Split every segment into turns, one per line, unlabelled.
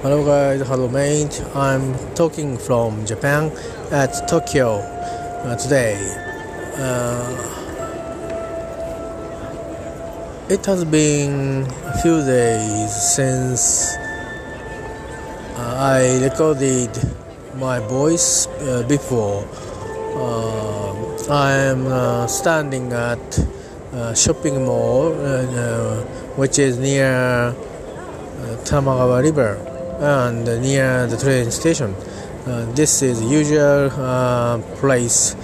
Hello guys, hello mate. I'm talking from Japan at Tokyo today. It has been a few days since I recorded my voice before. I am standing at a shopping mall which is near Tamagawa River and near the train station. This is usual place,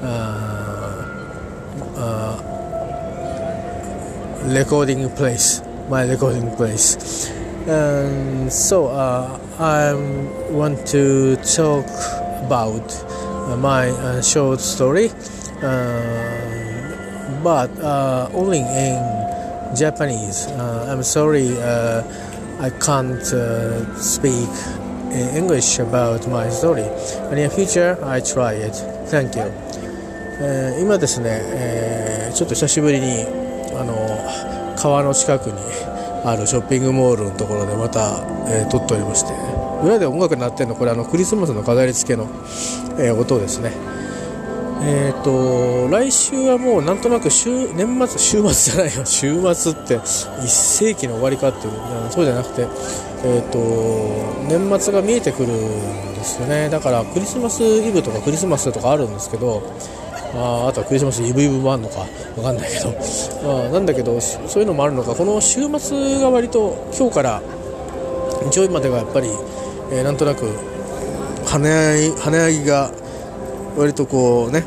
my recording place. So I want to talk about my short story, but only in Japanese. I'm sorry, I can't speak in English about my story. In the future, I try it. Thank you. 今ですね、ちょっと久しぶりに川の近くにあるショッピングモールのところでまた、撮っておりまして、裏で音楽になってるのこれクリスマスの飾り付けの、音ですね。来週はもうなんとなく週末じゃないよ、週末って1世紀の終わりかっていう、そうじゃなくて、年末が見えてくるんですよね。だからクリスマスイブとかクリスマスとかあるんですけど、あとはクリスマスイブもあるのかわかんないけど、なんだけどそういうのもあるのか、この週末が割と今日から日曜日までがやっぱり、なんとなく華やぎが割とこうね、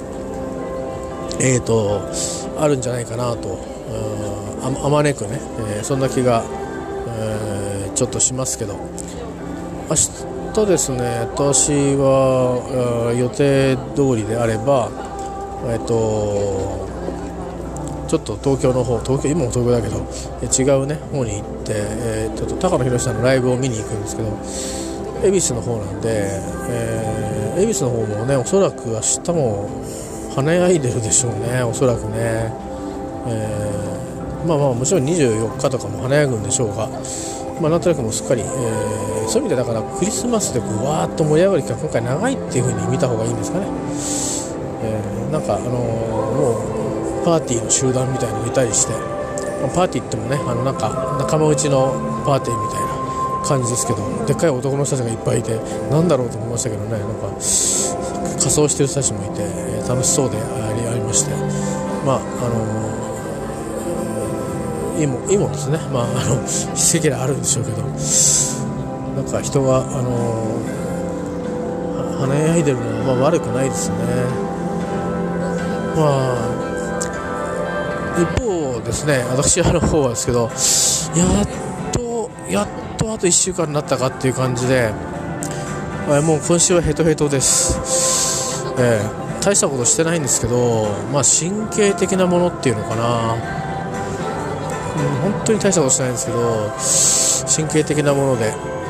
あるんじゃないかなと、あまねくね、そんな気が、ちょっとしますけど、明日ですね、私は予定通りであれば、ちょっと東京、今も東京だけど違うね方に行って、ちょっと高野宏さんのライブを見に行くんですけど、恵比寿の方なんで、恵比寿の方もね、おそらく明日も華やいでるでしょうね、おそらくね。もちろん24日とかも華やぐんでしょうが、なんとなくもうすっかり、そういう意味でだからクリスマスでわーっと盛り上がる期間今回長いっていう風に見た方がいいんですかね。なんかもうパーティーの集団みたいに見たりして、パーティーってもね、なんか仲間内のパーティーみたいな感じですけど、でっかい男の人たちがいっぱいいてなんだろうと思いましたけどね、なんか仮装してる人たちもいて、楽しそうでありまして、いいもですね。奇跡があるんでしょうけど、なんか人が華やいでるのは悪くないですね。一方ですね、私の方はですけど、やっとあと1週間になったかっていう感じで、もう今週はヘトヘトです。大したことしてないんですけど、神経的なものっていうのかな、本当に大したことしてないんですけど、神経的なもので、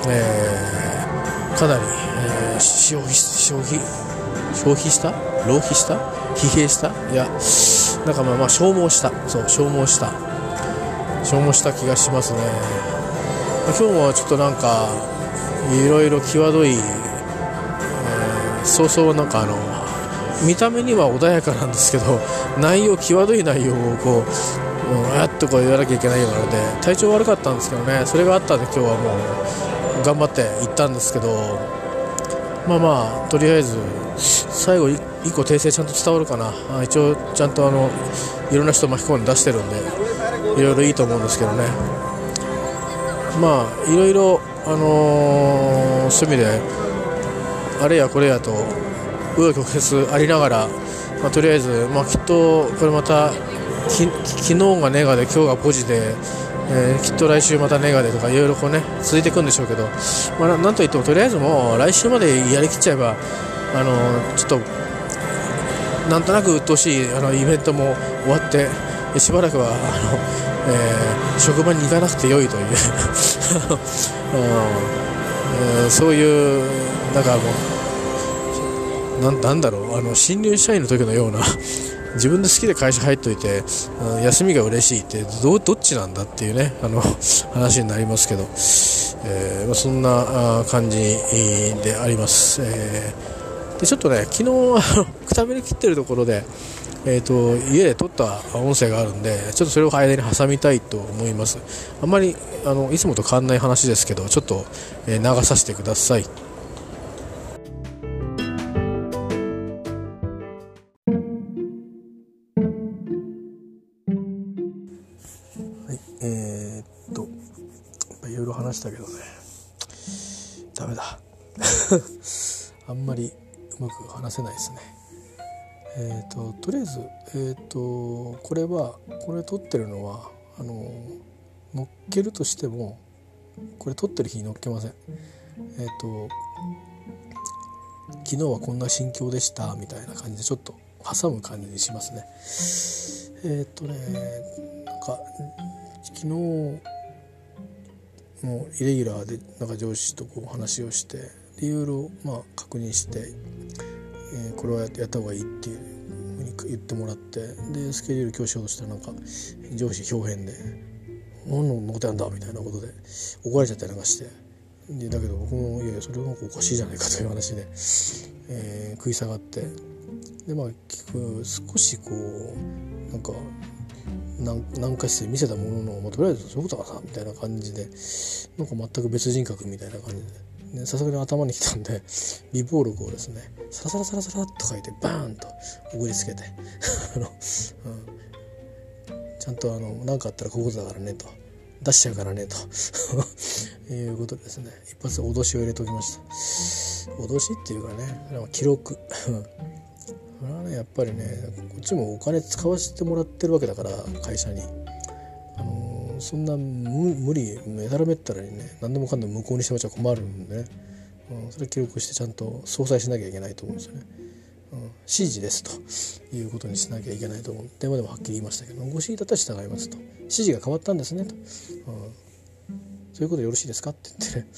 かなり、消費した疲弊した、いや、なんか消耗した気がしますね。今日もちょっとなんかいろいろ際どい、そうなんか見た目には穏やかなんですけど、際どい内容をこうとか言わなきゃいけないようなので、体調悪かったんですけどね、それがあったんで今日はもう頑張って行ったんですけど、とりあえず最後1個訂正ちゃんと伝わるかな。一応ちゃんといろんな人巻き込んで出してるんでいろいろいいと思うんですけどね。いろいろそういう意味であれやこれやと紆余曲折ありながら、とりあえずきっとこれまた昨日がネガで今日がポジで、きっと来週またネガでとかいろいろこうね続いていくんでしょうけど、なんといってもとりあえずもう来週までやりきっちゃえばちょっとなんとなく鬱陶しいイベントも終わって、しばらくは職場に行かなくてよいというそういうなんかもうなんだろう、新入社員の時のような自分で好きで会社入っといて、休みが嬉しいってどっちなんだっていうね話になりますけど、そんな感じであります。でちょっとね、昨日くたびれ切ってるところで、家で撮った音声があるんで、ちょっとそれを間に挟みたいと思います。あんまりいつもと変わんない話ですけど、ちょっと、流させてください。はい、いろいろ話したけどね、ダメだあんまりうまく話せないですね。とりあえず、これ撮ってるのは乗っけるとしても、これ撮ってる日に乗っけません。昨日はこんな心境でしたみたいな感じでちょっと挟む感じにしますね。なんか昨日もイレギュラーでなんか上司とこう話をして、いろいろ確認して、これはやった方がいいっていうふうに言ってもらって、でスケジュール今日しようとしたらなんか上司表変で何のことやんだみたいなことで怒られちゃったりなんかして、でだけど僕もいやそれはなんかおかしいじゃないかという話で、食い下がって、で結局少しこうなんか何かして見せたものの、とりあえずそういうことかさみたいな感じで、なんか全く別人格みたいな感じで、さすがに頭にきたんで備忘録をですねサラサラサラサラっと書いてバーンと送りつけてちゃんと何かあったらこういうことだからねと、出しちゃうからねということでですね、一発で脅しを入れておきました。脅しっていうかね、記録これはねやっぱりね、こっちもお金使わせてもらってるわけだから、会社にそんな無理めだらめったらにね、何でもかんでも無効にしてもらっちゃ困るんでね、それ記録してちゃんと相殺しなきゃいけないと思うんですよね。指示ですということにしなきゃいけないと思う。電話でもはっきり言いましたけど、ご指示だったら従いますと、指示が変わったんですねと、そういうことでよろしいですかって言ってね、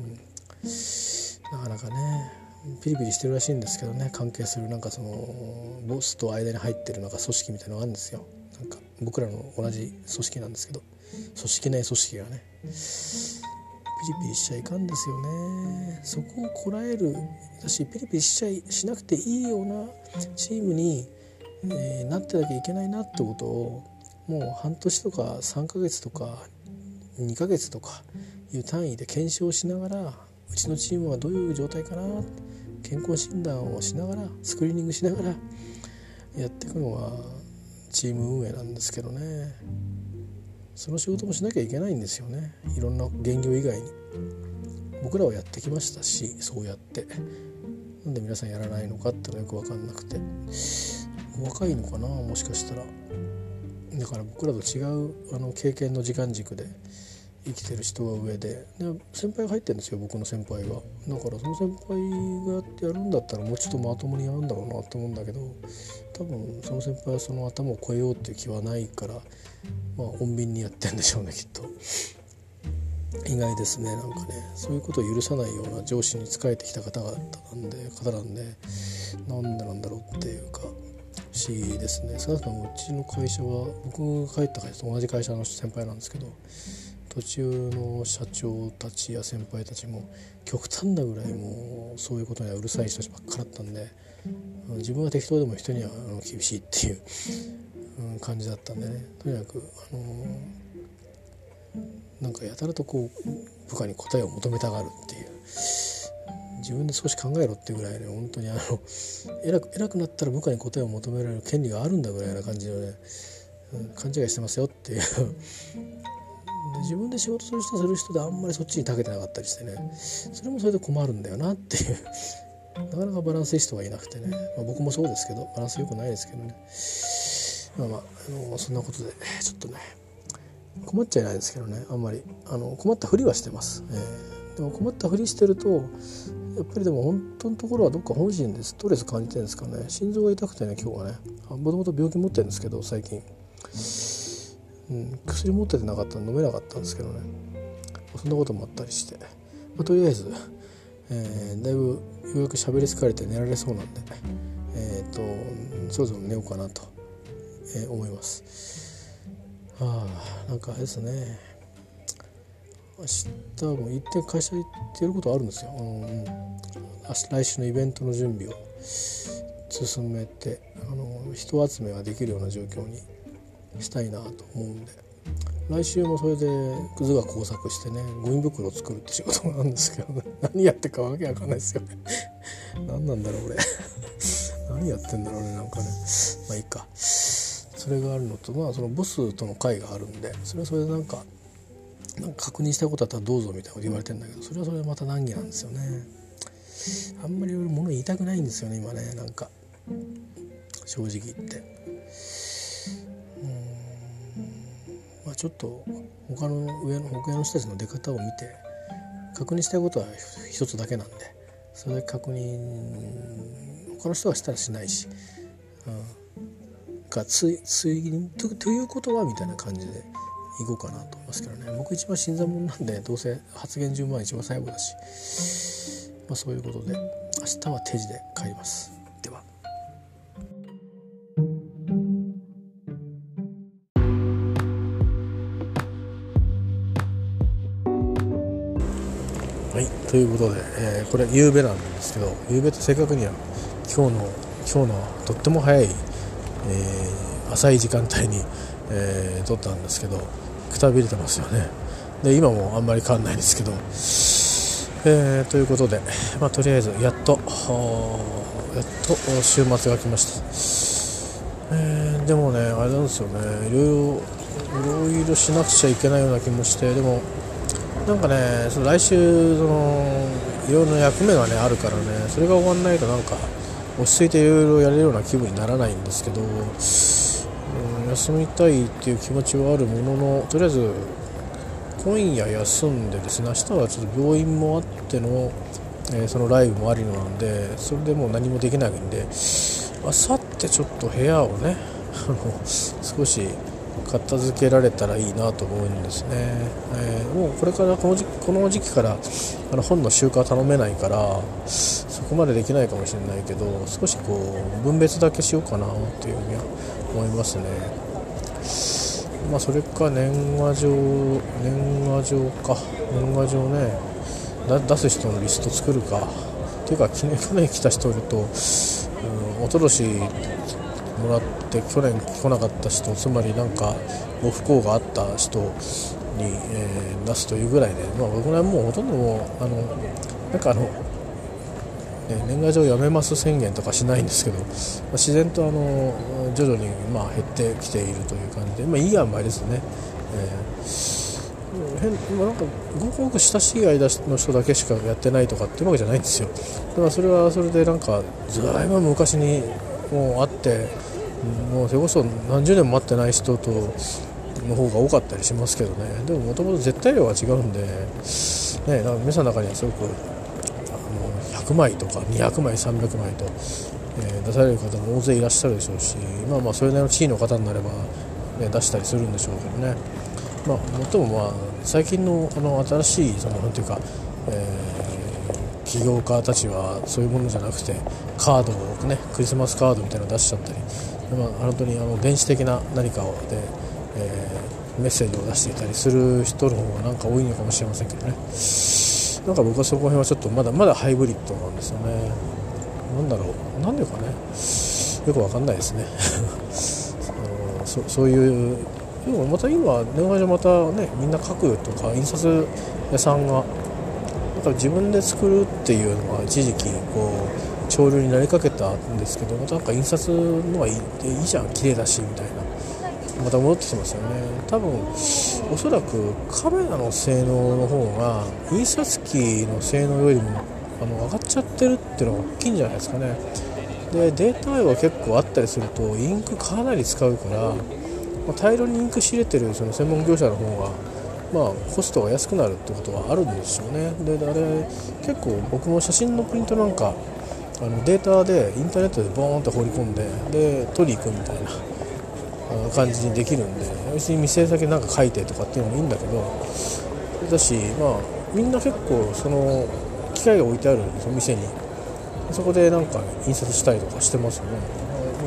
なかなかねピリピリしてるらしいんですけどね、関係するなんかそのボスと間に入ってるなんか組織みたいなのがあるんですよ。なんか僕らの同じ組織なんですけど、組織内組織がねピリピリしちゃいかんですよね。そこをこらえるだし、ピリピリしなくていいようなチームに、なってなきゃいけないなってことを、もう半年とか3ヶ月とか2ヶ月とかいう単位で検証しながら、うちのチームはどういう状態かな、健康診断をしながらスクリーニングしながらやっていくのがチーム運営なんですけどね、その仕事もしなきゃいけないんですよね。いろんな現業以外に僕らはやってきましたし、そうやってなんで皆さんやらないのかってのはよく分かんなくて、若いのかな、もしかしたら。だから僕らと違う経験の時間軸で生きてる人が上で、先輩が入ってるんですよ、僕の先輩が。だからその先輩がやるんだったらもうちょっとまともにやるんだろうなと思うんだけど、多分その先輩はその頭を超えようっていう気はないから、穏便にやってんでしょうね、きっと。意外ですね。なんかね、そういうことを許さないような上司に仕えてきた方なんでなんでなんだろうっていうか不思議ですね。少なくともうちの会社は、僕が帰った会社と同じ会社の先輩なんですけど、途中の社長たちや先輩たちも極端なぐらいもうそういうことにはうるさい人たちばっかだったんで、自分は適当でも人には厳しいっていう感じだったんでね、とにかくなんかやたらとこう部下に答えを求めたがるっていう、自分で少し考えろっていうぐらいね、本当に偉くなったら部下に答えを求められる権利があるんだぐらいな感じのね、勘違いしてますよっていうで、自分で仕事する人であんまりそっちに長けてなかったりしてね、それもそれで困るんだよなっていうなかなかバランスいい人がいなくてね、僕もそうですけどバランス良くないですけどね、そんなことでちょっとね困っちゃいないんですけどね、あんまり困ったふりはしてます、でも困ったふりしてるとやっぱりでも本当のところはどっか本心でストレス感じてるんですかね。心臓が痛くてね、今日はね、もともと病気持ってるんですけど最近、薬持っててなかったら飲めなかったんですけどね、そんなこともあったりして、とりあえず、だいぶようやく喋り疲れて寝られそうなんで、そろそろ寝ようかなと思います。なんかあれですね、明日も一点会社行ってやることあるんですよ。来週のイベントの準備を進めて、人集めができるような状況にしたいなと思うんで、来週もそれでクズが工作してね、ゴミ袋を作るって仕事なんですけどね何やってかわけわかんないですよね何なんだろう俺何やってんだろうね、なんかね、まあいいか。それがあるのと、そのボスとの会があるんで、それはそれでなんか確認したいことあったらどうぞみたいなこと言われてるんだけど、それはそれでまた難儀なんですよね。あんまり俺物言いたくないんですよね今ね、なんか正直言って。ちょっと他の上の人たちの出方を見て確認したいことは一つだけなんで、それだけ確認他の人はしたらしないし、ということはみたいな感じでいこうかなと思いますけどね。僕一番新参者なんで、どうせ発言順番一番最後だし、そういうことで明日は定時で帰ります。では。はい、ということで、これ夕べなんですけど、夕べと正確には今日のとっても早い、浅い時間帯に、撮ったんですけど、くたびれてますよね。で今もあんまり変わんないですけど、ということで、とりあえずやっと週末が来ました。でもね、あれなんですよね、いろいろしなくちゃいけないような気もして、でもなんかね、その来週いろいろな役目がねあるからね、それが終わんないとなんか落ち着いていろいろやれるような気分にならないんですけど、休みたいっていう気持ちはあるものの、とりあえず今夜休んでですね、明日はちょっと病院もあっての、そのライブもありのなんで、それでもう何もできないんで、明後日ちょっと部屋をね少し片付けられたらいいなと思うんですね。もうこれからこの時期から本の集荷は頼めないからそこまでできないかもしれないけど、少しこう分別だけしようかなというふうには思いますね。それか年賀状ね、出す人のリスト作るかっていうか、去年来た人いると、おととしもらって去年来なかった人、つまりなんかご不幸があった人に、出すというぐらいで、僕はもうほとんど年賀状やめます宣言とかしないんですけど、自然と徐々に減ってきているという感じで、いい塩梅ですね。なんかごく親しい間の人だけしかやってないとかっていうわけじゃないんですよ。だからそれはそれでなんかずいぶん昔にもう会って、もうそれこそ何十年も会ってない人との方が多かったりしますけどね。でももともと絶対量は違うんで、なんか皆さんの中にはすごく100枚とか200枚300枚と、出される方も大勢いらっしゃるでしょうし、それなりの地位の方になれば、出したりするんでしょうけどね。もっとも最近の新しいなんていうか、起業家たちはそういうものじゃなくてカードをね、クリスマスカードみたいなのを出しちゃったり、本当に電子的な何かで、メッセージを出していたりする人の方がなんか多いのかもしれませんけどね。なんか僕はそこら辺はちょっとまだハイブリッドなんですよね。なんでかね、よくわかんないですねそういう。でもまた今年賀状またね、みんな書くとか、印刷屋さんが自分で作るっていうのが一時期潮流になりかけたんですけど、またなんか印刷のはいいじゃん、綺麗だしみたいな、また戻ってきますよね。多分おそらくカメラの性能の方が印刷機の性能よりも上がっちゃってるっていうのが大きいんじゃないですかね。でデータ量が結構あったりするとインクかなり使うから、大量にインク仕入れてるその専門業者の方がコストが安くなるってことはあるんでしょうね。であれ結構僕も写真のプリントなんかデータでインターネットでボーンと放り込んで取り行くみたいな感じにできるんで、別に店先なんか書いてとかっていうのもいいんだけど、だしみんな結構その機械が置いてあるその店に、そこでなんか印刷したりとかしてますよね。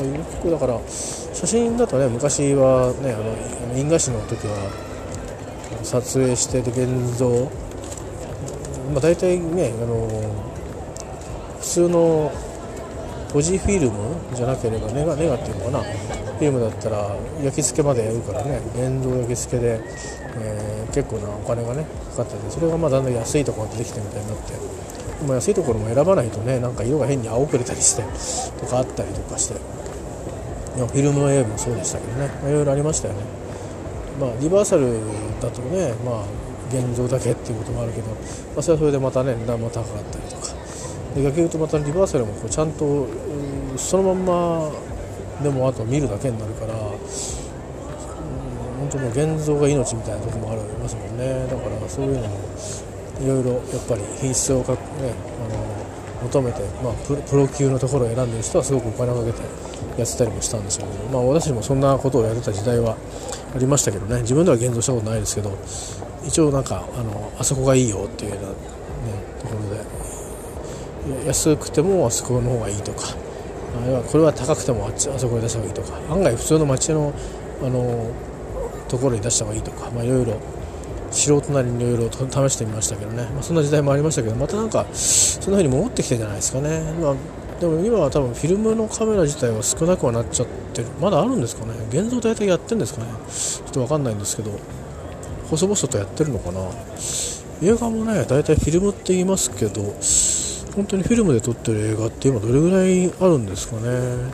結構だから写真だとね、昔はね印画紙の時は撮影してで現像、大体ね普通のポジフィルムじゃなければネガっていうのかな、フィルムだったら焼き付けまでやるからね、現像焼き付けで、結構なお金がねかかってて、それがだんだん安いところが出てきたみたいになって、安いところも選ばないとね、なんか色が変に青く出たりしてとかあったりとかして、フィルムの絵もそうでしたけどね、いろいろありましたよね。リバーサルだとね、現像だけっていうこともあるけど、それはそれでまたね値段も高かったりとかで、逆に言うとまたリバーサルもちゃんとそのまんまでもあと見るだけになるから、本当もう現像が命みたいなところもありますもんね。だからそういうのもいろいろやっぱり品質を求めて、プロ級のところを選んでる人はすごくお金をかけてやってたりもしたんですけど、私もそんなことをやってた時代はありましたけどね、自分では現像したことないですけど、一応なんかあそこがいいよっていうような、ところで、安くてもあそこの方がいいとか、これは高くてもあそこに出した方がいいとか、案外普通の街のところに出した方がいいとか、いろいろ素人なりにいろいろ試してみましたけどね、そんな時代もありましたけど、またなんかそんな風に戻ってきてるじゃないですかね。でも今は多分フィルムのカメラ自体は少なくはなっちゃってる。まだあるんですかね。現像大体やってるんですかね。ちょっと分かんないんですけど、細々とやってるのかな。映画もね大体フィルムって言いますけど、本当にフィルムで撮ってる映画って今どれぐらいあるんですかね。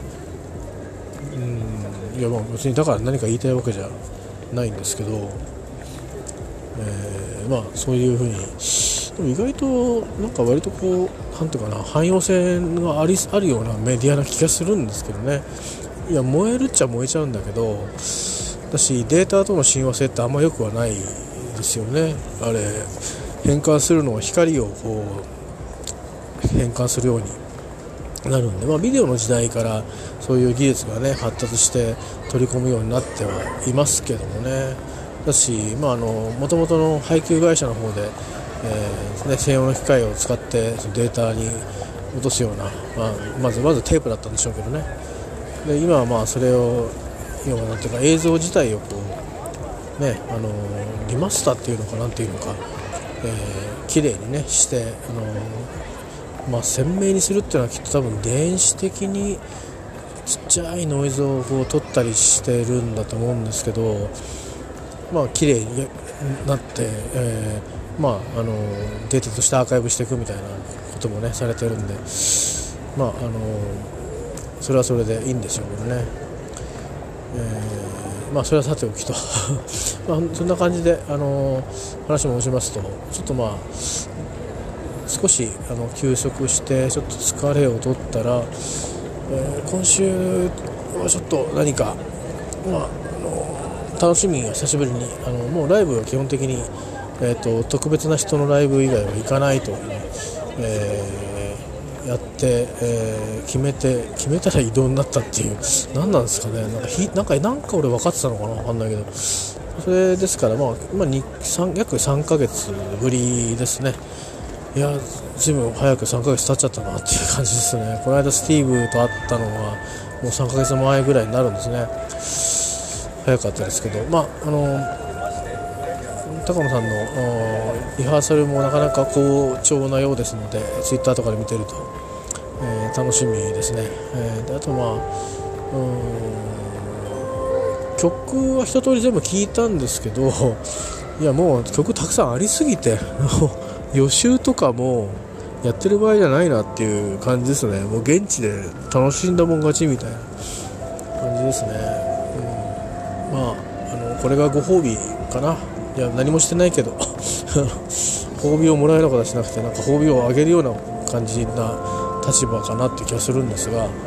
いや別にだから何か言いたいわけじゃないんですけど、そういうふうに意外となんか割となんていうかな、汎用性があるようなメディアな気がするんですけどね。いや燃えるっちゃ燃えちゃうんだけど、私データとの親和性ってあんま良くはないですよね。あれ変換するのは光を変換するようになるんで、ビデオの時代からそういう技術がね発達して取り込むようになってはいますけどもね。だしもともとの配給会社の方で、専用の機械を使ってデータに落とすような、まずテープだったんでしょうけどね。で今はそれを要はなんていうか映像自体をリマスターっていうのかなんていうのか、綺麗にねして鮮明にするっていうのはきっと多分電子的にちっちゃいノイズを取ったりしてるんだと思うんですけど、綺麗になって、データとしてアーカイブしていくみたいなこともねされてるんで、それはそれでいいんでしょうけどね。それはさておきとそんな感じで話を戻しますと、ちょっと少し休息してちょっと疲れを取ったら、今週はちょっと何か楽しみが久しぶりにもうライブは基本的に、特別な人のライブ以外は行かないと、やって、決めたら移動になったっていう、何なんですかね。なんか俺分かってたのかな、分かんないけど、それですから約3ヶ月ぶりですね。いや随分早く3ヶ月経っちゃったなっていう感じですね。この間スティーブと会ったのはもう3ヶ月前ぐらいになるんですね。早かったですけど、高野さんのリハーサルもなかなか好調なようですので、ツイッターとかで見てると、楽しみですね。であと曲は一通り全部聴いたんですけど、いやもう曲たくさんありすぎて予習とかもやってる場合じゃないなっていう感じですね。もう現地で楽しんだもん勝ちみたいな感じですね。これがご褒美かな。いや何もしてないけど褒美をもらえるのかしなくて、なんか褒美をあげるような感じな立場かなって気がするんですが、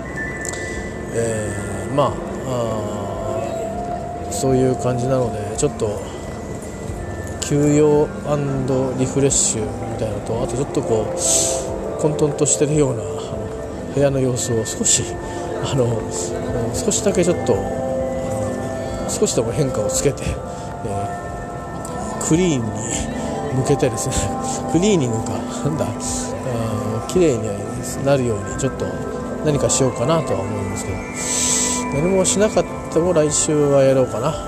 そういう感じなので、ちょっと休養&リフレッシュみたいなのと、あとちょっと混沌としてるような部屋の様子を少しだけちょっと少しでも変化をつけて、クリーンに向けてですねクリーニングか綺麗になるようにちょっと何かしようかなとは思いますけど、 何もしなかったも来週はやろうかな、ね、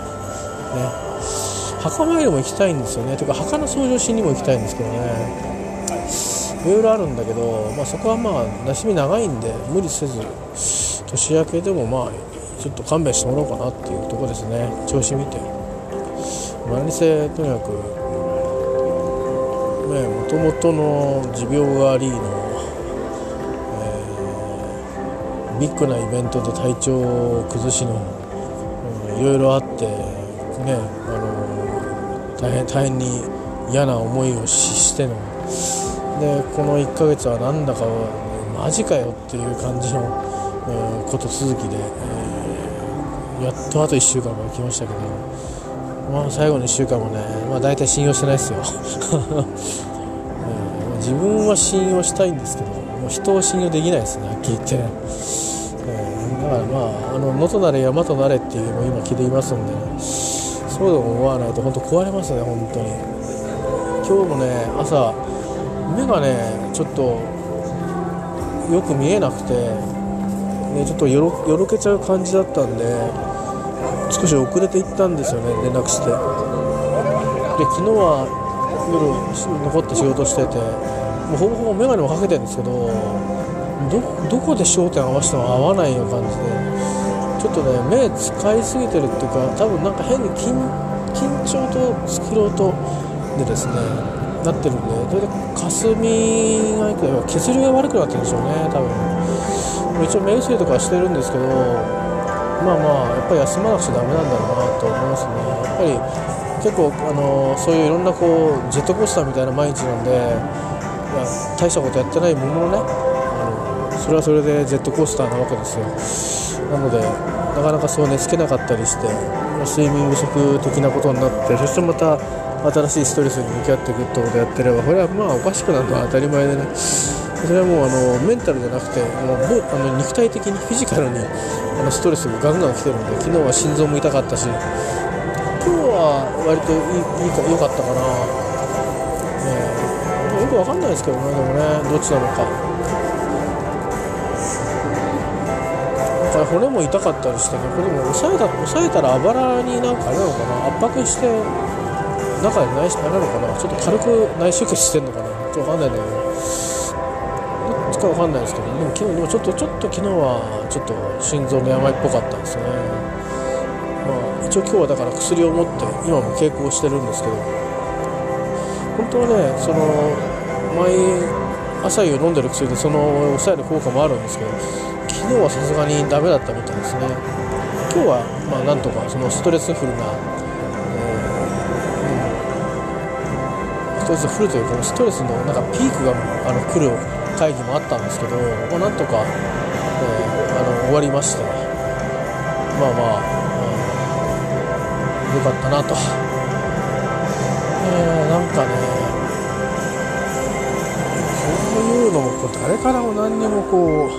墓参りも行きたいんですよね。とか墓の掃除をしにも行きたいんですけどね、いろいろあるんだけど、そこは休み長いんで無理せず、年明けでもちょっと勘弁してもらおうかなっていうところですね。調子見て、何せとにかくね、もともとの持病がありの、ビッグなイベントで体調を崩しの、いろいろあってね、大変に嫌な思いをしてので、この1ヶ月はなんだかマジかよっていう感じの、こと続きで、やっとあと1週間が来ましたけど、最後の1週間もね、大体信用してないですよ、自分は信用したいんですけど、もう人を信用できないですね、はっきり言ってね。だから野となれ山となれっていうのを今聞いていますんで、そうでも思わないと本当壊れますね、本当に。今日もね、朝目がねちょっとよく見えなくて、ね、ちょっとよろけちゃう感じだったんで、少し遅れて行ったんですよね、連絡して。で、昨日は夜残って仕事してて、もうほぼほぼ眼鏡もかけてるんですけど、どこで焦点合わせても合わないような感じで、ちょっとね目使いすぎてるっていうか、多分なんか変に緊張と疲労とでですねなってるんで、それで霞がいくら血流が悪くなってるんでしょうね、多分。一応目薬とかしてるんですけど、やっぱり休まなくちゃダメなんだろうなと思いますね。やっぱり結構そういういろんなジェットコースターみたいな毎日なんで、大したことやってないもののね、それはそれでジェットコースターなわけですよ。なのでなかなかそう寝つけなかったりして、睡眠不足的なことになって、そしてまた新しいストレスに向き合っていくってことをやってれば、これはおかしくなるのは当たり前でね、それはもうメンタルじゃなくて、もう肉体的にフィジカルにストレスがガンガン来てるんで、昨日は心臓も痛かったし、今日は割と良かったかな、よくわかんないですけどね、でもね、どっちなのか。骨も痛かったりしてね、これでも抑えたらあばらになんかあれなのかな、圧迫して中であれなのかな、ちょっと軽く内出血してんのかな、ちょっとわかんないんだけど、どっちかわかんないですけど、でもちょっと昨日はちょっと心臓の病っぽかったですね。一応今日はだから薬を持って今も傾向してるんですけど、本当はね、朝夕飲んでる薬で抑える効果もあるんですけど、昨日はさすがにダメだったみたいですね。今日はなんとかストレスフルな、ストレスフルというかストレスのなんかピークが来る会議もあったんですけど、なんとか、終わりまして、良かったなと。なんかね、そういうのも誰からも何にも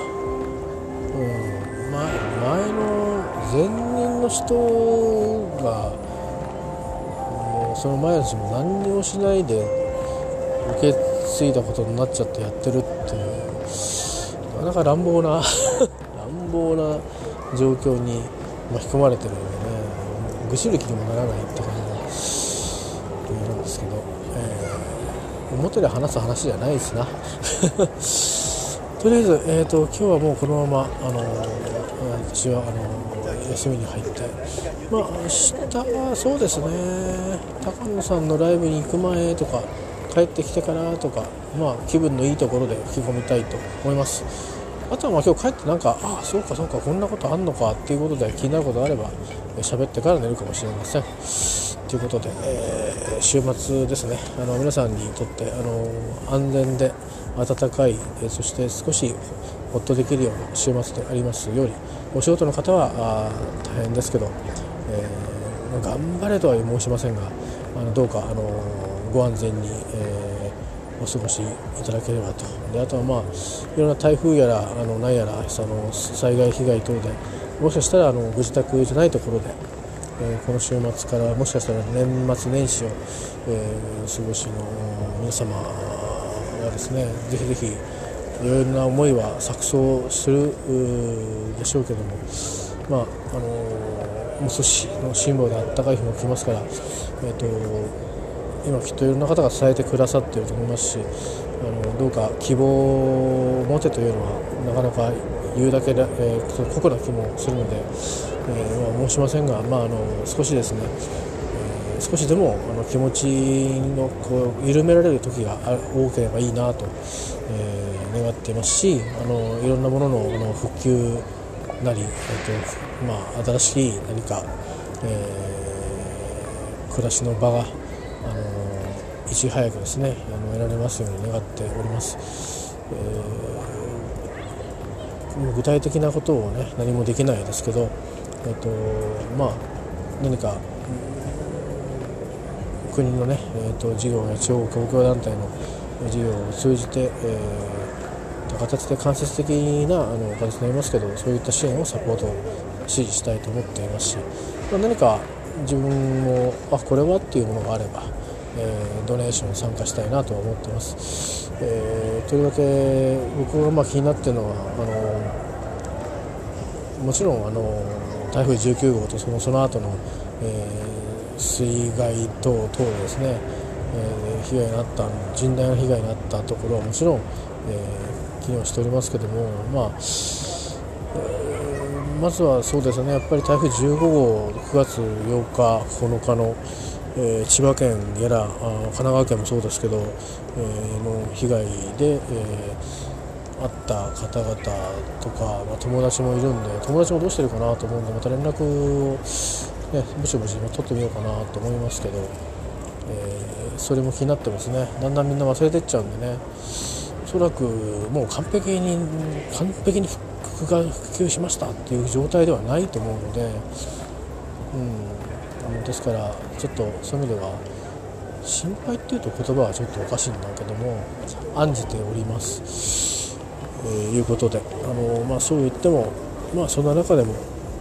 前任の人がその前の人も何にもしないで受け継いだことになっちゃってやってるっていう、なかなか乱暴な状況に巻き込まれてるのでね、愚痴る気にもならないって感じなんですけど、表で話す話じゃないですなとりあえず、今日はもうこのまま私は休みに入って、明日はそうですね、高野さんのライブに行く前とか帰ってきてからとか、気分のいいところで吹き込みたいと思います。あとは今日帰ってなんかそうかこんなことあんのかっていうことで気になることがあれば喋ってから寝るかもしれませんということで、週末ですね、皆さんにとって安全で暖かい、そして少しほっとできるような週末でありますように、お仕事の方は大変ですけど、頑張れとは申しませんが、どうかご安全に、お過ごしいただければと。で、あとはいろんな台風やら何やら災害被害等でもしかしたらご自宅じゃないところで、この週末からもしかしたら年末年始を、お過ごしの皆様はですね、ぜひぜひいろいろな思いは錯綜するでしょうけども、 もう少しの辛抱であったかい日も来ますから、今きっといろんな方が伝えてくださっていると思いますし、どうか希望を持てというのはなかなか言うだけで、酷な気もするので、申しませんが、少しですね、少しでも気持ちの緩められる時が多ければいいなと、願っていますし、いろんなものの復旧なり、新しい何か、暮らしの場がいち早くですね得られますように願っております。具体的なことをね何もできないですけど、何か国のね、事業や地方公共団体の事業を通じて、形で間接的な形になりますけど、そういった支援をサポート支持したいと思っていますし、何か自分もこれはっていうものがあれば、ドネーションに参加したいなと思っています。とりわけ僕が気になっているのはもちろん台風19号とその後の、水害等々ですね、被害になった甚大な被害になったところはもちろん、気にはしておりますけども、まずはそうですね、やっぱり台風15号9月8日9日の、千葉県やら神奈川県もそうですけど、の被害で、会った方々とか、友達もいるんで、友達もどうしてるかなと思うんで、また連絡を、ぼちぼち取ってみようかなと思いますけど、それも気になってますね。だんだんみんな忘れてっちゃうんでね、おそらくもう完璧に復旧しましたっていう状態ではないと思うので、ですからちょっとそういう意味では心配っていうと言葉はちょっとおかしいんだけども案じております。いうことで、そう言っても、そんな中でも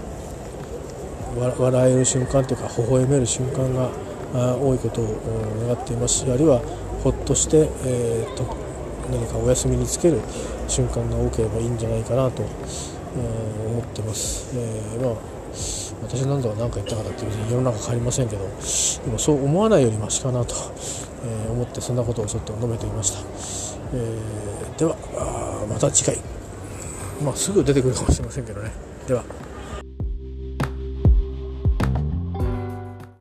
笑える瞬間というか微笑める瞬間が多いことを願っていますし、あるいはほっとして、何かお休みにつける瞬間が多ければいいんじゃないかなと、思ってます。私なんぞは何か言ったからって別に世の中変わりませんけど、でもそう思わないよりマシかなと、思ってそんなことをちょっと述べてみました。ではまた次回、すぐ出てくるかもしれませんけどね。では。